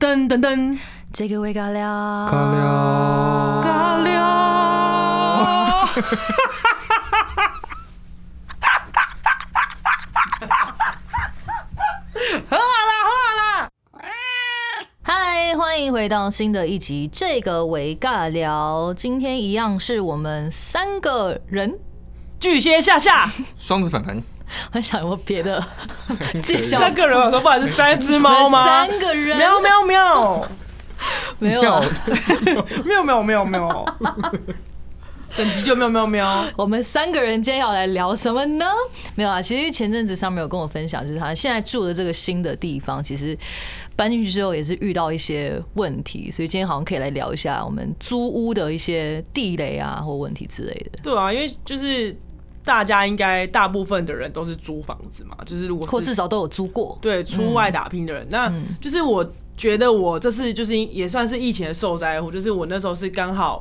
噔噔噔， 这个会尬聊， 尬聊， 尬聊。喝啦！ 嗨，欢迎回到新的一集，这个为尬聊。今天一样是我们3个人， 巨蟹下， 双子粉， 我想有没有别的介绍 3个人，我说不然是3只猫吗 ？3个人， 喵喵喵， 没有啊， 喵，整集就喵。 我们3个人今天要来聊什么呢？没有啊，其实前阵子Summer有跟我分享，就是他现在住的这个新的地方，其实搬进去之后也是遇到一些问题，所以今天好像可以来聊一下我们租屋的一些地雷啊或问题之类的。 对啊，因为就是大家应该大部分的人都是租房子嘛，就是如果是或至少都有租过， 对出外打拼的人，那就是我觉得我这次就是也算是疫情的受灾户，就是我那时候是刚好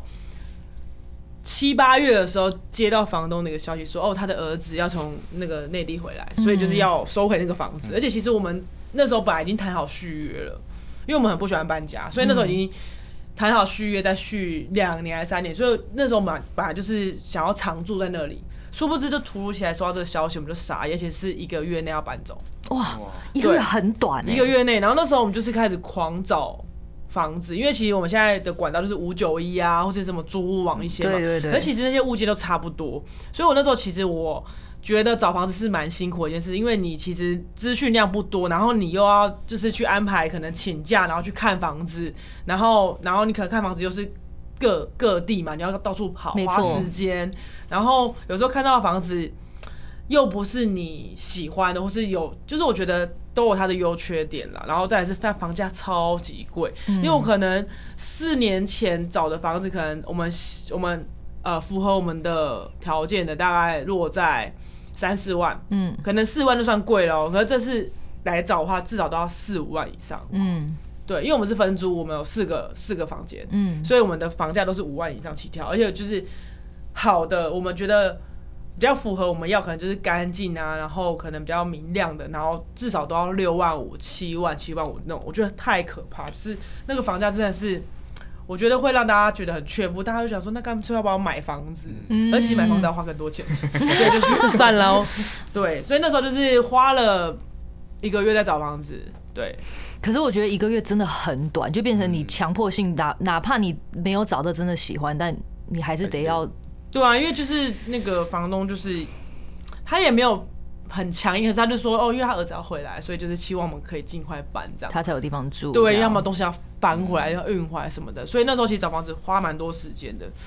7、8月的时候接到房东那个消息说，他的儿子要从那个内地回来，所以就是要收回那个房子，而且其实我们那时候本来已经谈好续约了，因为我们很不喜欢搬家，所以那时候已经谈好续约，再续2年还是3年，所以那时候我们本来就是想要常住在那里，殊不知就突如其来收到这个消息，我们就傻眼，而且是1个月内要搬走。 哇，1个月很短 1个月内，然后那时候我们就是开始狂找房子，因为其实我们现在的管道就是591啊，或是什么租屋网一些嘛， 对， 可是其实那些物件都差不多，所以我那时候其实我觉得找房子是蛮辛苦的一件事，因为你其实资讯量不多，然后你又要就是去安排可能请假，然后去看房子，然后你可能看房子又是各地嘛，你要到处跑，花时间，然后有时候看到的房子又不是你喜欢的，或是就是我觉得都有它的优缺点啦。然后再来是房价超级贵，因为我可能4年前找的房子，可能我们符合我们的条件的，大概落在3、4万，可能4万就算贵了，可是这次来找的话，至少都要4、5万以上，对，因为我们是分租，我们有4个房间，所以我们的房价都是5万以上起跳，而且就是好的，我们觉得比较符合我们要，可能就是干净啊，然后可能比较明亮的，然后至少都要6万5、7万5那种，我觉得太可怕，就是那个房价真的是，我觉得会让大家觉得很却步，大家就想说，那干脆要不要买房子？而且买房子要花更多钱，对，就算了哦。对，所以那时候就是花了1个月在找房子，对。 可是我觉得1个月真的很短，就变成你强迫性哪怕你没有找到真的喜欢，但你还是得要。 对啊，因为就是那个房东就是他也没有很强硬，可是他就说因为他儿子要回来，所以就是希望我们可以尽快搬这样， 他才有地方住。 对，要么东西要搬回来，要运回来什么的，所以那时候其实找房子花蛮多时间的。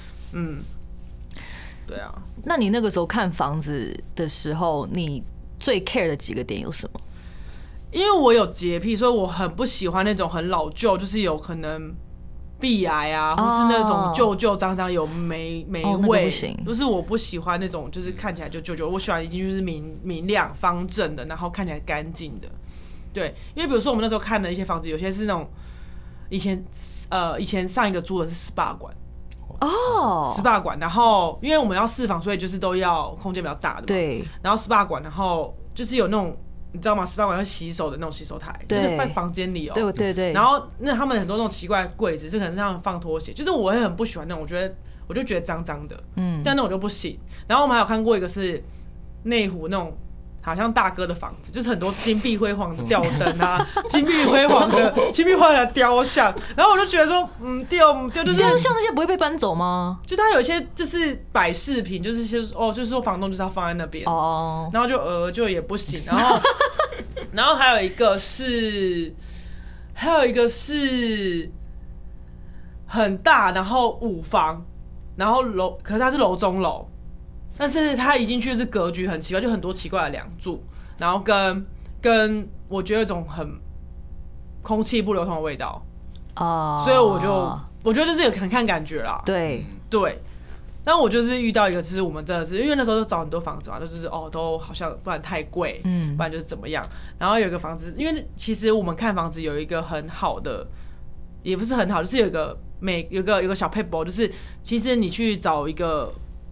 对啊。 那你那个时候看房子的时候，你最 care 的几个点有什么？ 因为我有洁癖，所以我很不喜欢那种很老旧，就是有可能壁癌啊，或是那种旧脏脏有霉味，就是我不喜欢那种就是看起来就旧，我喜欢一进去就是明亮方正的，然后看起来干净的。对，因为比如说我们那时候看的一些房子，有些是那种以前上一个租的是 SPA 馆，SPA 馆，然后因为我们要4房，所以就是都要空间比较大的嘛，对，然后 SPA 馆，然后就是有那种。你知道吗？SPA 馆要洗手的那种洗手台，就是在房间里对。 然后他们很多那种奇怪的柜子，是可能让放拖鞋，就是我会很不喜欢那种，我就觉得脏脏的，但那种就不行。然后我们还有看过一个是内湖那种好像大哥的房子，就是很多金碧辉煌的吊灯啊，金碧辉煌的雕像，然后我就觉得说，雕就是雕像那些不会被搬走吗？ 就它有一些就是摆饰品，就是就是说房东就是要放在那边，然后就也不行，然后还有一个是很大，然后5房，然后可是它是楼中楼。但是它一进去是格局很奇怪，就很多奇怪的梁柱，然后跟我觉得有一种很空气不流通的味道，所以我觉得就是很看感觉啦。对。但我就是遇到一个，就是我们真的是因为那时候都找很多房子嘛，就是都好像不然太贵，不然就是怎么样。然后有一个房子，因为其实我们看房子有一个很好的，也不是很好，就是有一个小撇步，就是其实你去找一个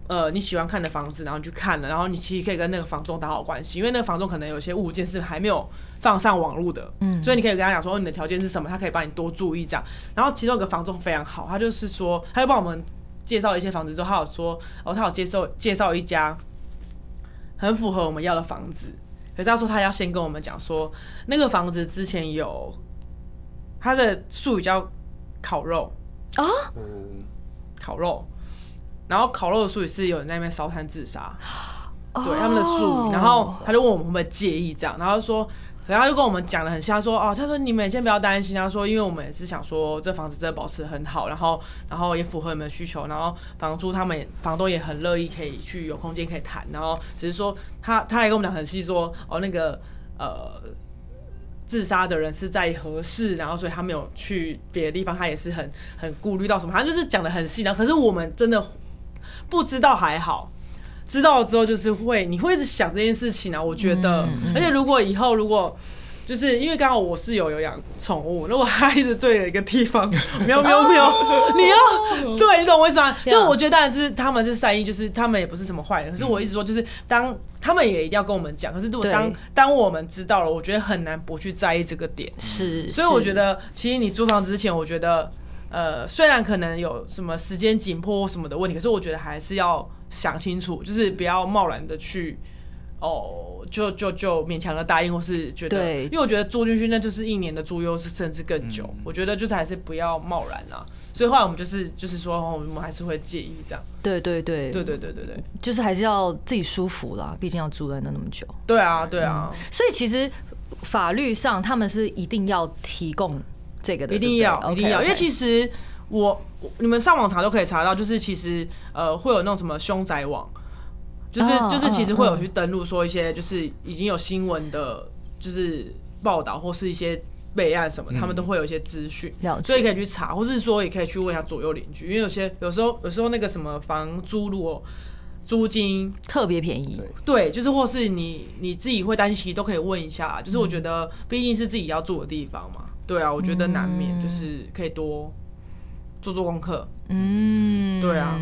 你喜欢看的房子，然后你去看了，然后你其实可以跟那个房仲打好关系，因为那个房仲可能有些物件是还没有放上网络的，所以你可以跟他讲说你的条件是什么，他可以帮你多注意这样。然后其中有个房仲非常好，他就是说，他就帮我们介绍一些房子之后，他有说，他有介绍一家很符合我们要的房子，可是他说他要先跟我们讲说，那个房子之前有他的术语叫烤肉啊，烤肉。然后烤肉的术语是有人在那边烧炭自杀，对他们的术语。然后他就问我们会不会介意这样，然后就说，然后他就跟我们讲的很像，他说你们先不要担心，他说因为我们也是想说这房子真的保持得很好，然后也符合你们的需求，然后房东也很乐意可以去有空间可以谈，然后只是说他还跟我们讲很细说那个自杀的人是在何市，然后所以他没有去别的地方，他也是很顾虑到什么，他就是讲的很细，然后可是我们真的不知道还好，知道了之后就是你会一直想这件事情啊，我觉得，而且如果以后就是因为刚好我室友有养宠物，如果他一直对着一个地方喵喵喵，你要对，你懂我意思吗？就我觉得当然就是他们是善意，就是他们也不是什么坏人，可是我一直说就是当他们也一定要跟我们讲，可是如果当我们知道了，我觉得很难不去在意这个点。 是， 所以我觉得其实你租房子之前，我觉得虽然可能有什么时间紧迫或什么的问题，可是我觉得还是要想清楚，就是不要贸然的去就勉强的答应，或是觉得，因为我觉得住进去那就是1年的租约，甚至更久。我觉得就是还是不要贸然啦。所以后来我们就是说，我们还是会介意这样。 对，就是还是要自己舒服啦，毕竟要住在那么久。 对啊。 所以其实法律上他们是一定要提供这个的， 一定要，因为其实你们上网查都可以查到，就是其实会有那种什么凶宅网。就是其实会有去登录说一些就是已经有新闻的，就是报道或是一些备案什么，他们都会有一些资讯，所以可以去查，或是说也可以去问一下左右邻居，因为有时候那个什么房租如果租金特别便宜， 对，就是或是你自己会担心，其实都可以问一下，就是我觉得毕竟是自己要住的地方嘛，对啊，我觉得难免就是可以多做功课，对啊，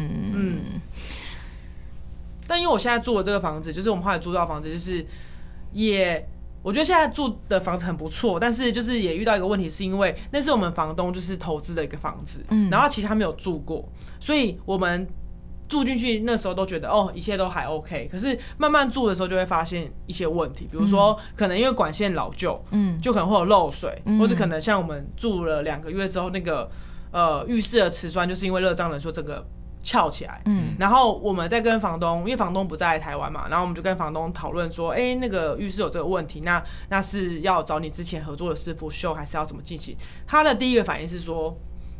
但因为我现在住的这个房子，就是我们后来租到的房子，就是我觉得现在住的房子很不错，但是就是也遇到一个问题，是因为那是我们房东就是投资的一个房子，然后其实他没有住过，所以我们住进去那时候都觉得一切都还 OK， 可是慢慢住的时候就会发现一些问题，比如说可能因为管线老旧，就可能会有漏水，或是可能像我们住了2个月之后，那个浴室的瓷砖就是因为热胀冷缩整个翘起来，然后我们在跟房东，因为房东不在台湾嘛，然后我们就跟房东讨论说，那个浴室有这个问题，那是要找你之前合作的师傅修，还是要怎么进行？他的第一个反应是说，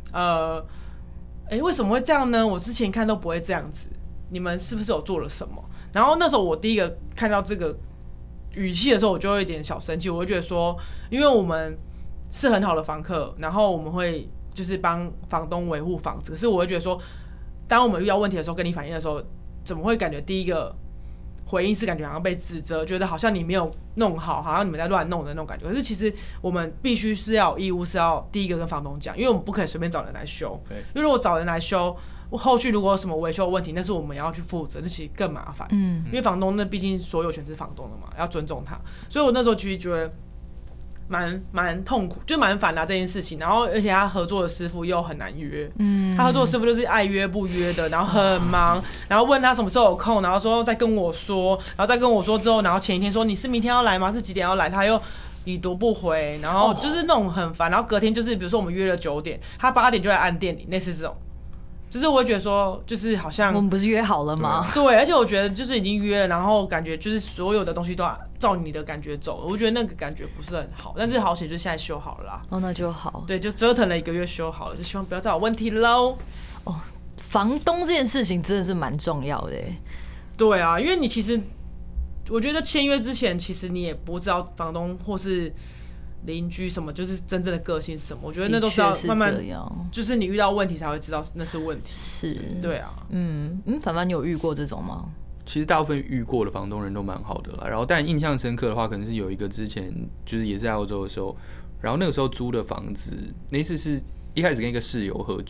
为什么会这样呢？我之前看都不会这样子，你们是不是有做了什么？然后那时候我第一个看到这个语气的时候，我就有一点小生气，我会觉得说，因为我们是很好的房客，然后我们会就是帮房东维护房子，可是我会觉得说，当我们遇到问题的时候，跟你反映的时候，怎么会感觉第一个回应是感觉好像被指责，觉得好像你没有弄好，好像你们在乱弄的那种感觉。可是其实我们必须是要有义务是要第一个跟房东讲，因为我们不可以随便找人来修。因为如果找人来修，后续如果有什么维修的问题，那是我们要去负责，那其实更麻烦。因为房东那毕竟所有权是房东的嘛，要尊重他。所以我那时候其实觉得蛮痛苦，就蛮烦的这件事情。然后而且他合作的师傅又很难约，他合作的师傅就是爱约不约的，然后很忙，然后问他什么时候有空，然后说再跟我说，然后再跟我说之后，然后前一天说你是明天要来吗？是几点要来？他又已读不回，然后就是那种很烦。然后隔天就是比如说我们约了9点，他8点就来按店里，类似这种。就是我会觉得说，就是好像我们不是约好了吗？ 对，而且我觉得就是已经约了，然后感觉就是所有的东西都要照你的感觉走，我觉得那个感觉不是很好。但是好险，就现在修好了啦。 那就好。对， 就折腾了1个月修好了，就希望不要再有问题喽。 房东这件事情真的是蛮重要的。 对啊，因为你其实我觉得签约之前，其实你也不知道房东或是邻居什么就是真正的个性是什么，我觉得那都是要慢慢，就是你遇到问题才会知道那是问题。 是， 对啊， 凡凡你有遇过这种吗？ 其实大部分遇过的房东人都蛮好的啦，然后但印象深刻的话，可能是有一个之前就是也是在澳洲的时候，然后那个时候租的房子，那一次是一开始跟一个室友合住，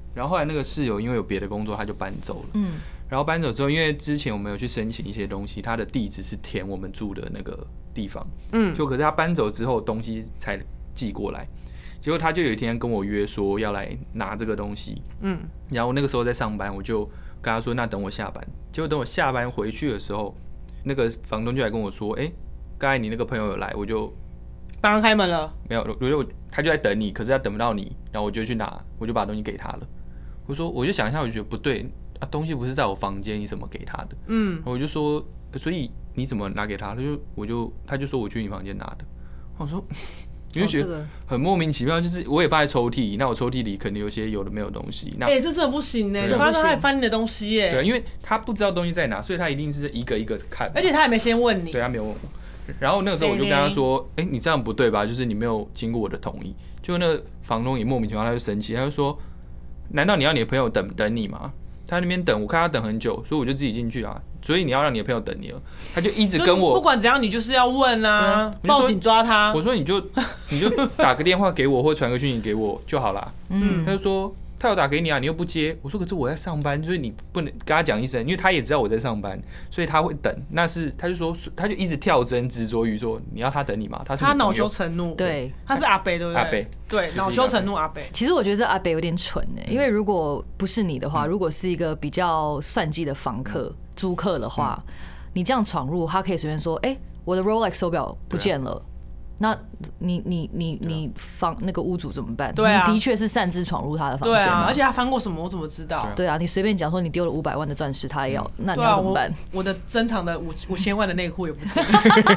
然后后来那个室友因为有别的工作，他就搬走了。然后搬走之后，因为之前我们有去申请一些东西，他的地址是填我们住的那个地方。就可是他搬走之后，东西才寄过来。结果他就有一天跟我约说要来拿这个东西。然后那个时候在上班，我就跟他说那等我下班。结果等我下班回去的时候，那个房东就来跟我说，刚才你那个朋友有来，我就帮他开门了。 没有，他就在等你，可是他等不到你，然后我就去拿，我就把东西给他了。我就想一下，我就觉得不对啊，东西不是在我房间，你怎么给他的？我就说，所以你怎么拿给他？他就说我去你房间拿的。我说，你就觉得很莫名其妙，就是我也放在抽屉，那我抽屉里可能有些有的没有东西。这真的不行呢，你发现他翻你的东西耶。 对，因为他不知道东西在哪，所以他一定是一个一个看， 而且他也没先问你。 对，他没有问我。然后那个时候我就跟他说，你这样不对吧？就是你没有经过我的同意。就那个房东也莫名其妙，他就生气，他就说，难道你要你的朋友等你吗？他在那边等，我看他等很久，所以我就自己进去啊。所以你要让你的朋友等你了，他就一直跟我， 不管怎样，你就是要问啊，报警抓他。 我说你就打个电话给我，或传个讯息给我就好啦。他就说他有打给你啊，你又不接。我说可是我在上班，所以你不能跟他讲一声，因为他也知道我在上班，所以他会等。他就说他就一直跳针，执着于说你要他等你吗？他恼羞成怒， 对， 他是阿北对不对？ 阿北对，恼羞成怒阿北。 其实我觉得这阿北有点蠢因为如果不是你的话，如果是一个比较算计的房客、租客的话，你这样闯入，他可以随便说，我的 Rolex 手表不见了。那你房那个屋主怎么办？ 对啊， 你的确是擅自闯入他的房间。 对啊，而且他翻过什么，我怎么知道？ 对啊，你随便讲说你丢了500万的钻石，他也要，那你要怎么办？ 我的珍藏的5000万的内裤也不见了。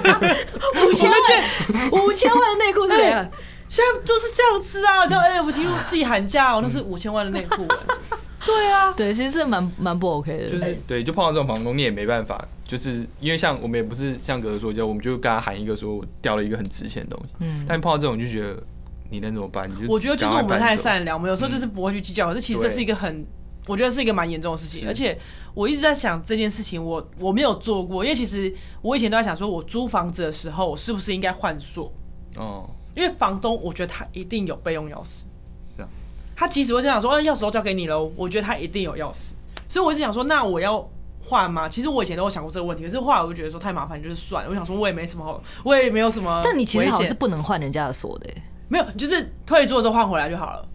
5000万的内裤是怎样？ 现在都是这样子啊！叫 NFT 自己喊价那是5000万的内裤。对啊， 对，其实这蛮不 OK 的。 就是对，就碰到这种房东，你也没办法，就是因为像我们也不是像哥哥说，我们就跟他喊一个说我掉了一个很值钱的东西。但碰到这种就觉得你能怎么办？ 我觉得就是我们太善良，我们有时候就是不会去计较。可是其实这是一个我觉得是一个蛮严重的事情。而且我一直在想这件事情，我没有做过，因为其实我以前都在想说，我租房子的时候，我是不是应该换锁？因为房东我觉得他一定有备用钥匙。他即使会这样说，钥匙都交给你了，我觉得他一定有钥匙，所以我一直想说，那我要换吗？其实我以前都有想过这个问题，可是后来我就觉得说太麻烦，就是算了。我想说，我也没什么好，我也没有什么。 但你其实好像是不能换人家的锁的， 没有，就是退租的时候换回来就好了。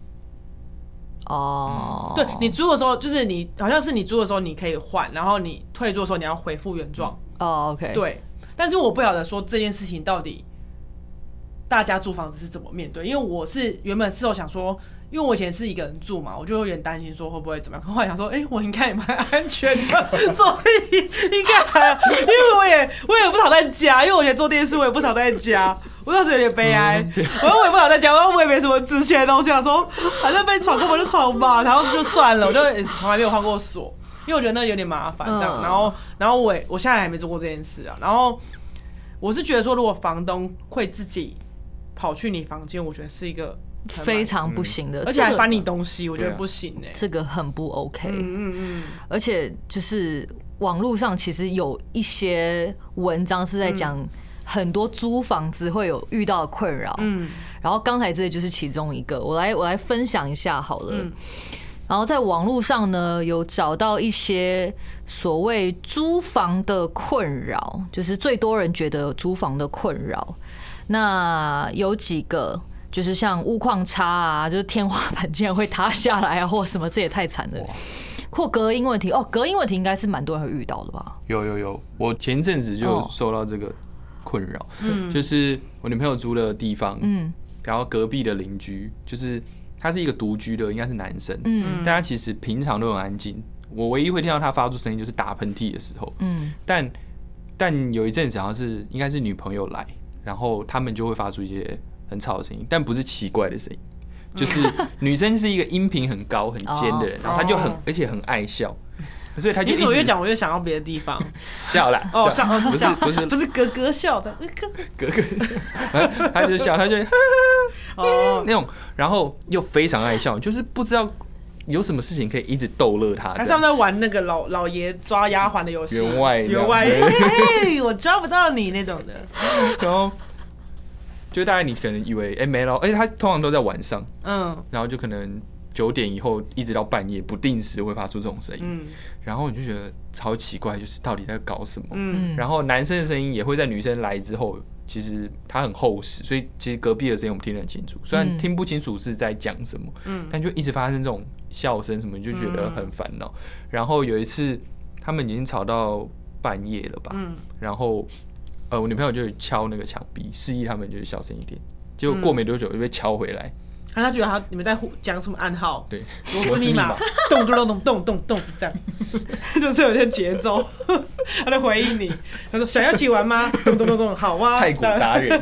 对，你租的时候，就是你好像是你租的时候你可以换，然后你退租的时候你要恢复原状。 OK。 对，但是我不晓得说这件事情到底大家租房子是怎么面对，因为我是原本是有想说。因为我以前是一个人住嘛，我就有点担心说会不会怎么样。后来想说，我应该也蛮安全的，所以应该还好。因为我也不常在家，因为我以前做电视，我也不常在家，我当时有点悲哀。然后我也不常在家，然后我也没什么值钱的东西，想说反正被闯过门就闯吧，然后就算了，我就从来没有换过锁，因为我觉得那有点麻烦这样。然后我现在还没做过这件事啊。然后我是觉得说，如果房东会自己跑去你房间，我觉得是一个。 非常不行的， 而且还翻你东西，我觉得不行这个很不 OK。而且就是网络上其实有一些文章是在讲很多租房子会有遇到的困扰。然后刚才这就是其中一个，我来分享一下好了。然后在网络上呢，有找到一些所谓租房的困扰，就是最多人觉得租房的困扰。那有几个。就是像屋况差啊，就是天花板竟然会塌下来啊，或什么，这也太惨了。或隔音问题隔音问题应该是蛮多人会遇到的吧？ 有，我前阵子就受到这个困扰，就是我女朋友租的地方，然后隔壁的邻居，就是他是一个独居的，应该是男生，但他其实平常都很安静，我唯一会听到他发出声音就是打喷嚏的时候，但有一阵子好像是应该是女朋友来，然后他们就会发出一些。很吵的声音，但不是奇怪的声音，就是女生是一个音频很高很尖的人，然后她就而且很爱笑，所以她就一直。你怎么越讲我越想到别的地方？ 笑啦， 笑是笑， 不是咯咯笑的， 咯咯，她就笑，她就那种，然后又非常爱笑，就是不知道有什么事情可以一直逗乐她。 还是他们在玩那个老爷抓丫鬟的游戏， 员外， 我抓不到你那种的， 然后。就大概你可能以为没了，而且他通常都在晚上，然后就可能 9点以后一直到半夜不定时会发出这种声音，然后你就觉得超奇怪，就是到底在搞什么？然后男生的声音也会在女生来之后，其实它很厚实，所以其实隔壁的声音我们听得很清楚，虽然听不清楚是在讲什么，但就一直发生这种笑声什么，你就觉得很烦恼。然后有一次他们已经吵到半夜了吧，然后我女朋友就敲那个墙壁，示意他们就是小声一点，结果过没多久就被敲回来。 他觉得你们在讲什么暗号？ 对， 螺丝密码，咚咚咚咚咚咚咚，这样，就是有些节奏。他在回应你，他说想要一起玩吗？咚咚咚咚，好啊。 太鼓达人。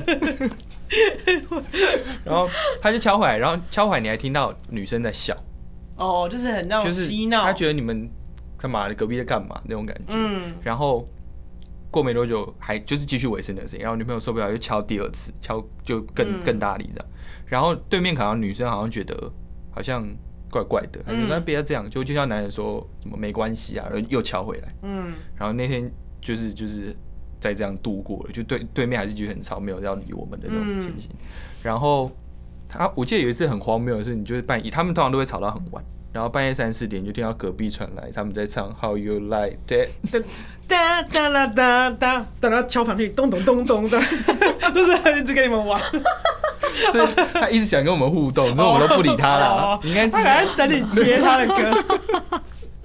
然后他就敲回来，然后敲回来你还听到女生在笑。 哦，就是很那种嬉闹。 他觉得你们干嘛？隔壁在干嘛那种感觉。然后过没多久还就是继续维持那个声音，然后女朋友受不了，又敲第2次，敲就更大力这样。然后对面可能女生好像觉得好像怪怪的，她说不要这样，就像男人说什么没关系啊，又敲回来。然后那天就是再这样度过了，就对面还是觉得很吵，没有要理我们的那种情形。然后我记得有一次很荒谬的是，你就是半夜，他们通常都会吵到很晚。然后半夜3、4点就听到隔壁传来他们在唱 How You Like That， 哒哒啦哒哒，等到敲盘去咚咚咚咚的，就是一直跟你们玩。 所以他一直想跟我们互动，之后我们都不理他了。应该是他还在等你接他的歌。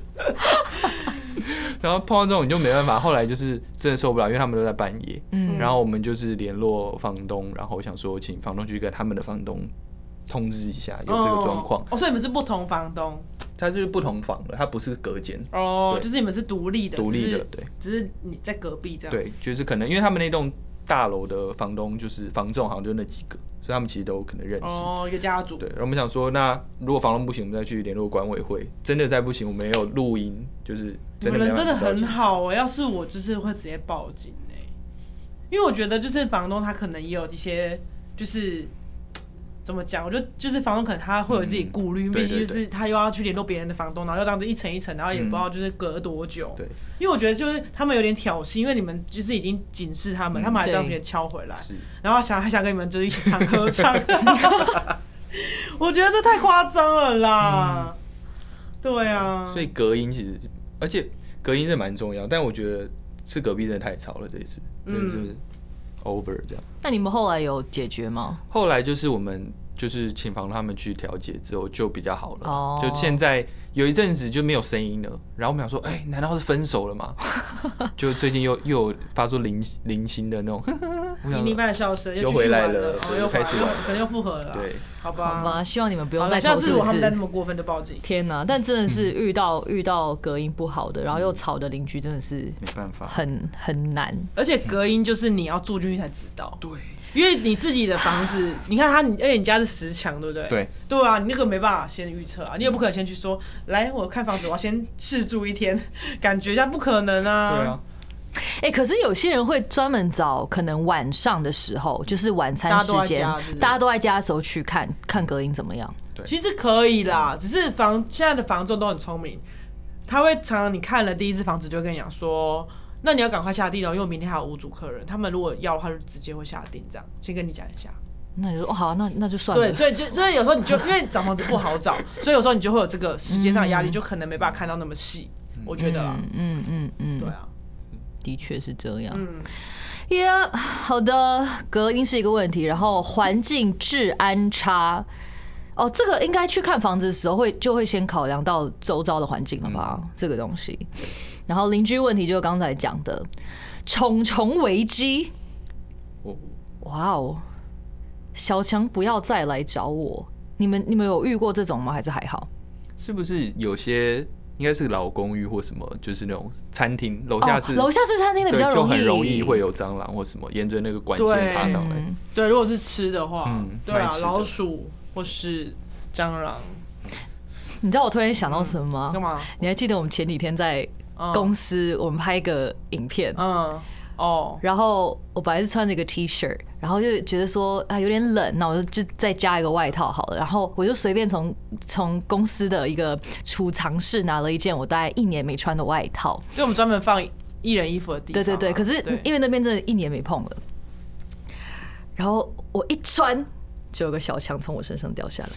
然后碰到这种你就没办法，后来就是真的受不了，因为他们都在半夜。然后我们就是联络房东，然后想说请房东去跟他们的房东通知一下有这个状况。 所以你们是不同房东？ 他就是不同房的，他不是隔间。 就是你们是独立的， 对， 只是你在隔壁这样。 对，就是可能因为他们那栋大楼的房东就是房仲，好像就那几个，所以他们其实都可能认识。 一个家族。 对，然后我们想说，那如果房东不行，我们再去联络管委会。真的再不行，我们也有录音，就是真的没办法。 你们人真的很好要是我就是会直接报警因为我觉得就是房东他可能也有一些就是怎么讲，我觉得就是房东可能他会有自己顾虑，毕竟就是他又要去联络别人的房东，然后又这样子一层一层，然后也不知道就是隔多久。对，因为我觉得就是他们有点挑衅，因为你们就是已经警示他们，他们还这样直接敲回来，然后还想跟你们就是一起唱合唱。我觉得这太夸张了啦。对啊。 所以隔音其实，而且隔音是蛮重要，但我觉得是隔壁真的太吵了，这一次真的是 over 这样。 那你们后来有解决吗？ 后来就是我们就是请房东他们去调解之后就比较好了。就现在有一阵子就没有声音了，然后我们想说，难道是分手了吗？就最近又有发出零星的那种另一半的笑声， 又回来了，又开始玩， 可能又复合了。对，好吧， 希望你们不用再投诉一次。 下次如果他们再那么过分，就报警。 天哪！但真的是遇到隔音不好的，然后又吵的邻居，真的是没办法， 很难。 而且隔音就是你要住进去才知道。 对。 因为你自己的房子，你看而且你家是10墙，对不对？对啊，你那个没办法先预测啊，你也不可能先去说，来我看房子，我要先试住1天，感觉一下不可能啊。 对啊。 可是有些人会专门找可能晚上的时候，就是晚餐时间，大家都在家的时候去看隔音怎么样。 对， 其实可以啦，只是现在的房仲都很聪明，他会常常你看了第一次房子就会跟你讲说。那你要赶快下定哦，因为明天还有5组客人，他们如果要的话就直接会下定，这样先跟你讲一下。 那你说好，那就算了。 对，所以有时候你就因为找房子不好找，所以有时候你就会有这个时间上的压力，就可能没办法看到那么细。我觉得啦，对啊， 的确是这样。好的，隔音是一个问题，然后环境治安差。这个应该去看房子的时候就会先考量到周遭的环境了吧？这个东西。然后邻居问题就是刚才讲的虫危机。哇哦，小强不要再来找我。你们有遇过这种吗？还是还好？ 是不是有些应该是老公寓或什么，就是那种餐厅楼下是餐厅的比较容易， 就很容易会有蟑螂或什么沿着那个管线爬上来。 对，如果是吃的话，对啊，老鼠或是蟑螂。 你知道我突然想到什么吗？ 干嘛？ 你还记得我们前几天在公司我们拍一个影片，然后我本来是穿着一个 T 恤，然后就觉得说有点冷，那我就再加一个外套好了，然后我就随便从公司的一个储藏室拿了一件我大概1年没穿的外套， 就我们专门放艺人衣服的地方。 对，可是因为那边真的1年没碰了，然后我一穿就有个小强从我身上掉下来。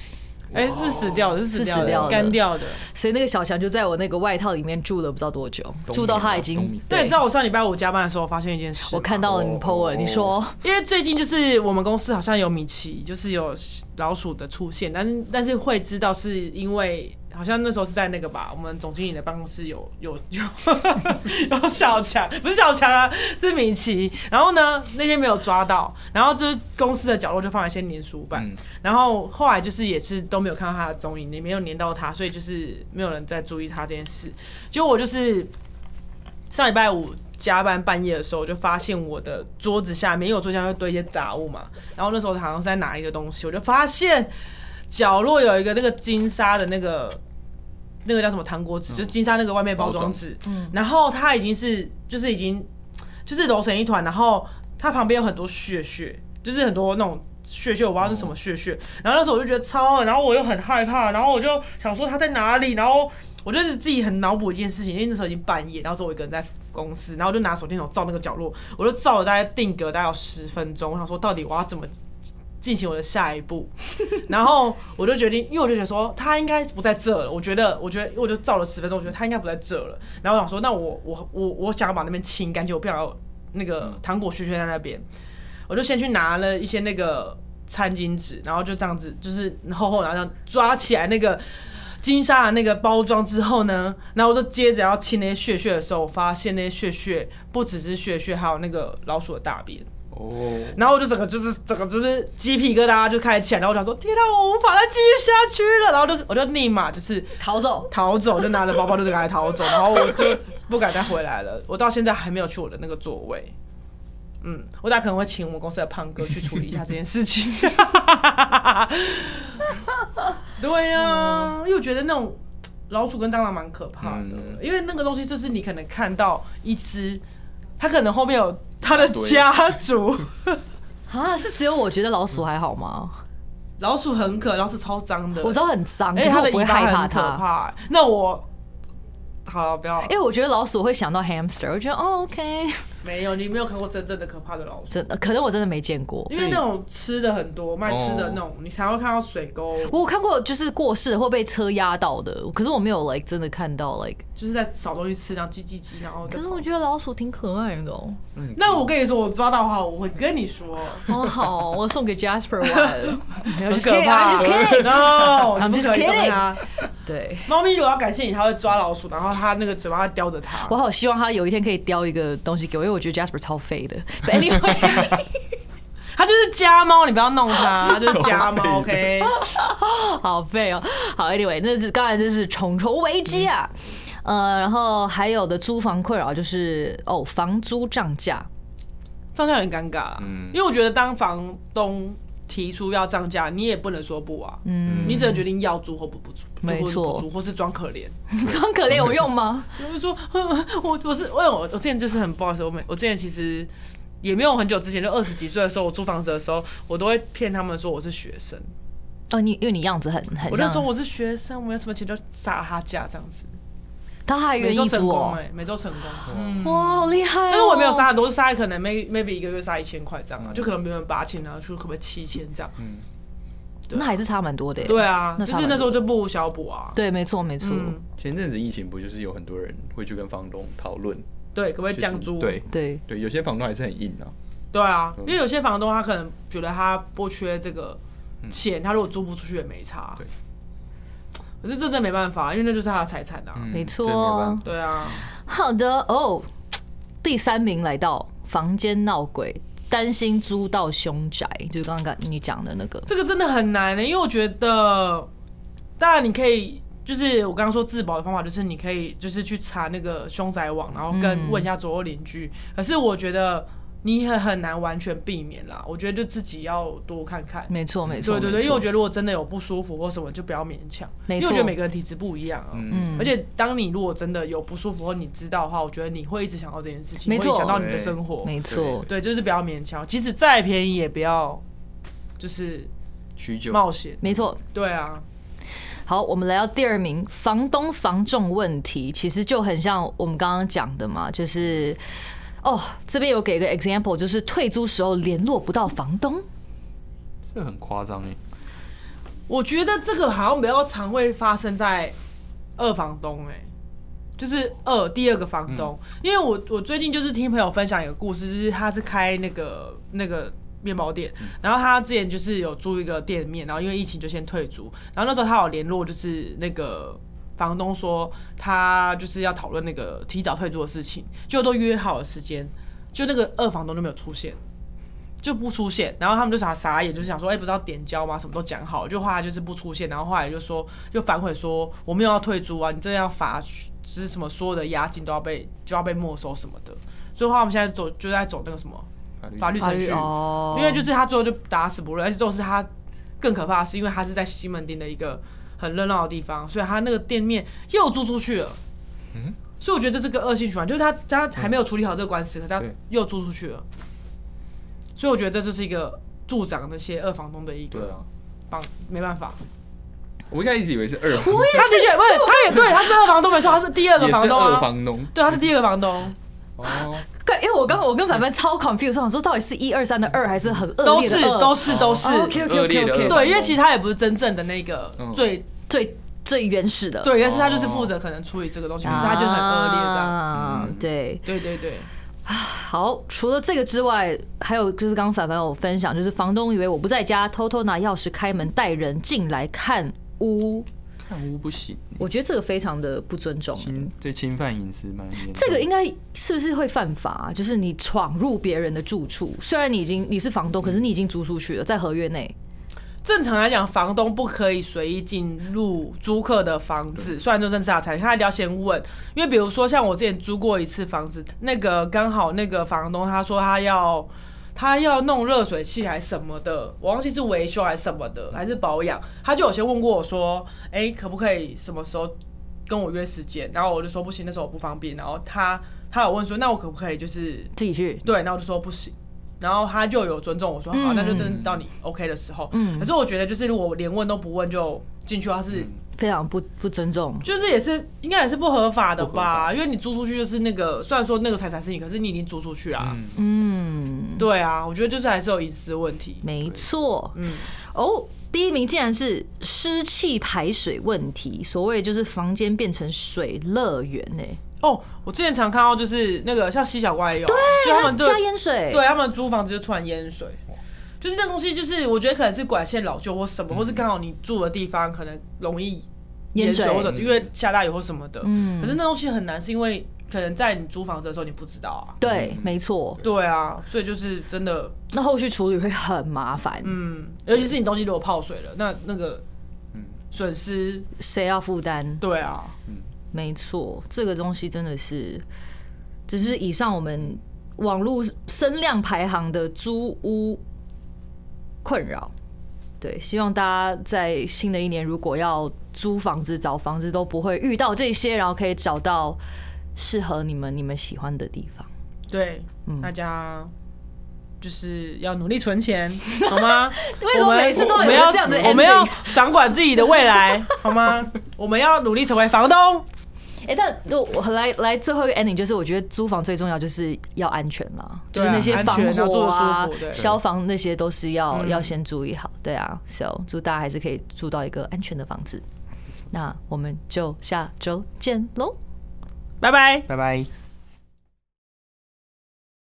是死掉的，是死掉的，干掉的。 所以那个小强就在我那个外套里面住了不知道多久，住到他已经对。你知道我上礼拜五加班的时候发现一件事， 我看到了你 po 文，你说， 因为最近就是我们公司好像有米奇，就是有老鼠的出现，但是会知道是因为。好像那时候是在那个吧，我们总经理的办公室有小强，不是小强啊，是米奇。然后呢，那天没有抓到，然后就是公司的角落就放了一些粘鼠板，然后后来就是也是都没有看到他的踪影，也没有粘到他，所以就是没有人在注意他这件事。结果我就是上礼拜五加班半夜的时候，我就发现我的桌子下面，因为我桌子下面会堆一些杂物嘛，然后那时候好像是在拿一个东西，我就发现角落有一个那个金沙的那个叫什么糖果纸，就是金沙那个外面包装纸，然后它已经是就是揉成一团，然后它旁边有很多屑屑，就是很多那种屑屑，我不知道是什么屑屑。然后那时候我就觉得超恶，然后我又很害怕，然后我就想说它在哪里，然后我就是自己很脑补一件事情，因为那时候已经半夜，然后只有我一个人在公司，然后我就拿手电筒照那个角落，我就照了大概定格大概有10分钟，我想说到底我要怎么进行我的下一步，然后我就决定，因为我就觉得说他应该不在这了，我觉得，因为我就照了10分钟，我觉得他应该不在这了，然后我想说，那我想要把那边清干净，我不想要那个糖果屑屑在那边，我就先去拿了一些那个餐巾纸，然后就这样子，就是厚厚，然后这样抓起来那个金沙的那个包装之后呢，然后我就接着要清那些屑屑的时候，我发现那些屑屑不只是屑屑，还有那个老鼠的大便。然后我就整个就是鸡皮疙瘩就开始起来，然后我想说天啊，我无法再继续下去了，然后我就立马就是逃走，就拿着包包就赶快逃走，然后我就不敢再回来了。我到现在还没有去我的那个座位。我大概可能会请我们公司的胖哥去处理一下这件事情。对啊，因为我觉得那种老鼠跟蟑螂蛮可怕的，因为那个东西就是你可能看到一只，它可能后面有他的家族啊，是只有我觉得老鼠还好吗？ 老鼠超脏的， 我知道很脏，可是我不会害怕它。 那我好了，不要。 因为我觉得老鼠会想到 hamster， 我觉得OK。 没有，你没有看过真正的可怕的老鼠， 真的，可能我真的没见过。 因为那种吃的很多，卖吃的那种，你才会看到水沟。 我有看过，就是过世会被车压到的，可是我没有真的看到就是在找东西吃，然后叽叽叽，然后。 可是我觉得老鼠挺可爱的哦。 那我跟你说，我抓到的话，我会跟你说。 哦，好，我送给 Jasper 玩。 很可怕 ，I'm just kidding，I'm just kidding。对， 猫咪如果要感谢你，它会抓老鼠，然后它那个嘴巴会叼着它。 我好希望它有一天可以叼一个东西给我，因为我觉得 Jasper 超废的。But anyway， 它就是家猫，你不要弄它，它就是家猫。OK， 好废哦。好 ，Anyway， 那是刚才这是重重危机啊。然后还有的租房困扰就是房租涨价， 涨价很尴尬啦。因为我觉得当房东提出要涨价，你也不能说不啊。你只能决定要租或不租， 没错， 或是装可怜。 装可怜有用吗？ 我就说，我之前就是很不好意思，我之前其实也没有很久之前，就20几岁的时候，我租房子的时候，我都会骗他们说我是学生。 因为你样子很像， 我就说我是学生，我没有什么钱，就杀他价这样子。 他还愿意租哦， 每周成功， 哇，好厉害哦！ 但是我没有杀很多，是杀可能 maybe 一个月杀1000块这样啊，就可能别人8000啊，就可不可以7000这样？ 那还是差蛮多的。 对啊，就是那时候就不无小补啊。 对，没错没错。 前阵子疫情不就是有很多人会去跟房东讨论， 对，可不可以降租？ 对，有些房东还是很硬啊。 对啊，因为有些房东他可能觉得他不缺这个钱，他如果租不出去也没差。对。可是这真没办法，因为那就是他的财产啊。 没错， 对啊。 好的第3名来到房间闹鬼，担心租到凶宅，就是刚刚你讲的那个。 这个真的很难因为我觉得，当然你可以，就是我刚刚说自保的方法，就是你可以就是去查那个凶宅网，然后问一下左右邻居。可是我觉得你很难完全避免啦，我觉得就自己要多看看。 没错没错， 对，因为我觉得如果真的有不舒服或什么，就不要勉强，因为我觉得每个人体质不一样啊。而且当你如果真的有不舒服或你知道的话，我觉得你会一直想到这件事情，会影响到你的生活。 没错， 对，就是不要勉强，即使再便宜也不要就是取久冒险。 没错， 对啊。 好，我们来到第2名，房东房仲问题，其实就很像我们刚刚讲的嘛，就是这边有给个 example， 就是退租时候联络不到房东， 这很夸张我觉得这个好像比较常会发生在二房东就是第二个房东，因为我最近就是听朋友分享一个故事，就是他是开那个面包店，然后他之前就是有租一个店面，然后因为疫情就先退租，然后那时候他有联络就是那个房东说他就是要讨论那个提早退租的事情，就都约好了时间，就那个二房东就没有出现。就不出现，然后他们就傻眼，就是想说，不是要点交吗？什么都讲好了，就后来就是不出现，然后后来就说，又反悔说，我没有要退租啊，你这样罚，就是什么所有的押金就要被没收什么的，所以后来我们现在就在走那个什么法律程序，因为就是他最后就打死不认，而且就是他更可怕的是，因为他是在西门町的一个很热闹的地方，所以他那个店面又租出去了，所以我觉得这个恶性循环，就是他还没有处理好这个官司，可是他又租出去了。所以我觉得这就是一个助长那些二房东的一个没办法。 我一开始一直以为是二房东， 他的确不是，他也对，他是二房东没错，他是第二个房东也是二房东， 对，他是第二个房东。 因为我跟凡凡超 confused， 我想说到底是1、2、3的2，还是很恶劣的2？ 都是。 OK， 对，因为其实他也不是真正的那个最原始的， 对，但是他就是负责可能处理这个东西，可是他就很恶劣这样。 对。 好， 除了这个之外，还有就是刚刚凡凡有分享，就是房东以为我不在家，偷偷拿钥匙开门带人进来看屋。 看屋不行， 我觉得这个非常的不尊重， 对侵犯隐私蛮严重。 这个应该是不是会犯法？就是你闯入别人的住处，虽然你是房东，可是你已经租出去了，在合约内。 正常来讲，房东不可以随意进入租客的房子，虽然就正是他才，他一定要先问，因为比如说像我之前租过一次房子，那个刚好那个房东他说他要弄热水器还是什么的，我忘记是维修还是什么的，还是保养，他就有先问过我说，可不可以什么时候跟我约时间？然后我就说不行，那时候我不方便。然后他有问说，那我可不可以就是自己去？ 对，然后我就说不行。然后他就有尊重我说好，那就等到你 OK 的时候。可是我觉得就是如果我连问都不问就进去的话是非常不尊重， 就是应该也是不合法的吧？因为你租出去就是那个，虽然说那个财产是你，可是你已经租出去了。对啊，我觉得就是还是有隐私问题。 没错。第一名竟然是湿气排水问题，所谓就是房间变成水乐园我之前常看到就是那个像西小瓜也有， 对， 就他们加淹水， 对他们租房子就突然淹水，就是那东西就是我觉得可能是管线老旧或什么，或是刚好你住的地方可能容易淹水，或者因为下大雨或什么的。可是那东西很难，是因为可能在你租房子的时候你不知道啊。 对，没错。 对啊，所以就是真的， 那后续处理会很麻烦。 尤其是你东西如果泡水了，那个损失谁要负担？ 对啊。 没错，这个东西真的是，只是以上我们网络声量排行的租屋困扰。对，希望大家在新的一年，如果要租房子、找房子，都不会遇到这些，然后可以找到适合你们喜欢的地方。 对，大家就是要努力存钱，好吗？ 为什么每次都有这样的 ending？ 我们要掌管自己的未来，好吗？我们要努力成为房东。 但我来最后一个 ending， 就是我觉得租房最重要就是要安全啦，就是那些防火啊、消防那些都是要先注意好。对啊 ，so 祝大家还是可以住到一个安全的房子。那我们就下周见喽， 拜拜， 拜拜。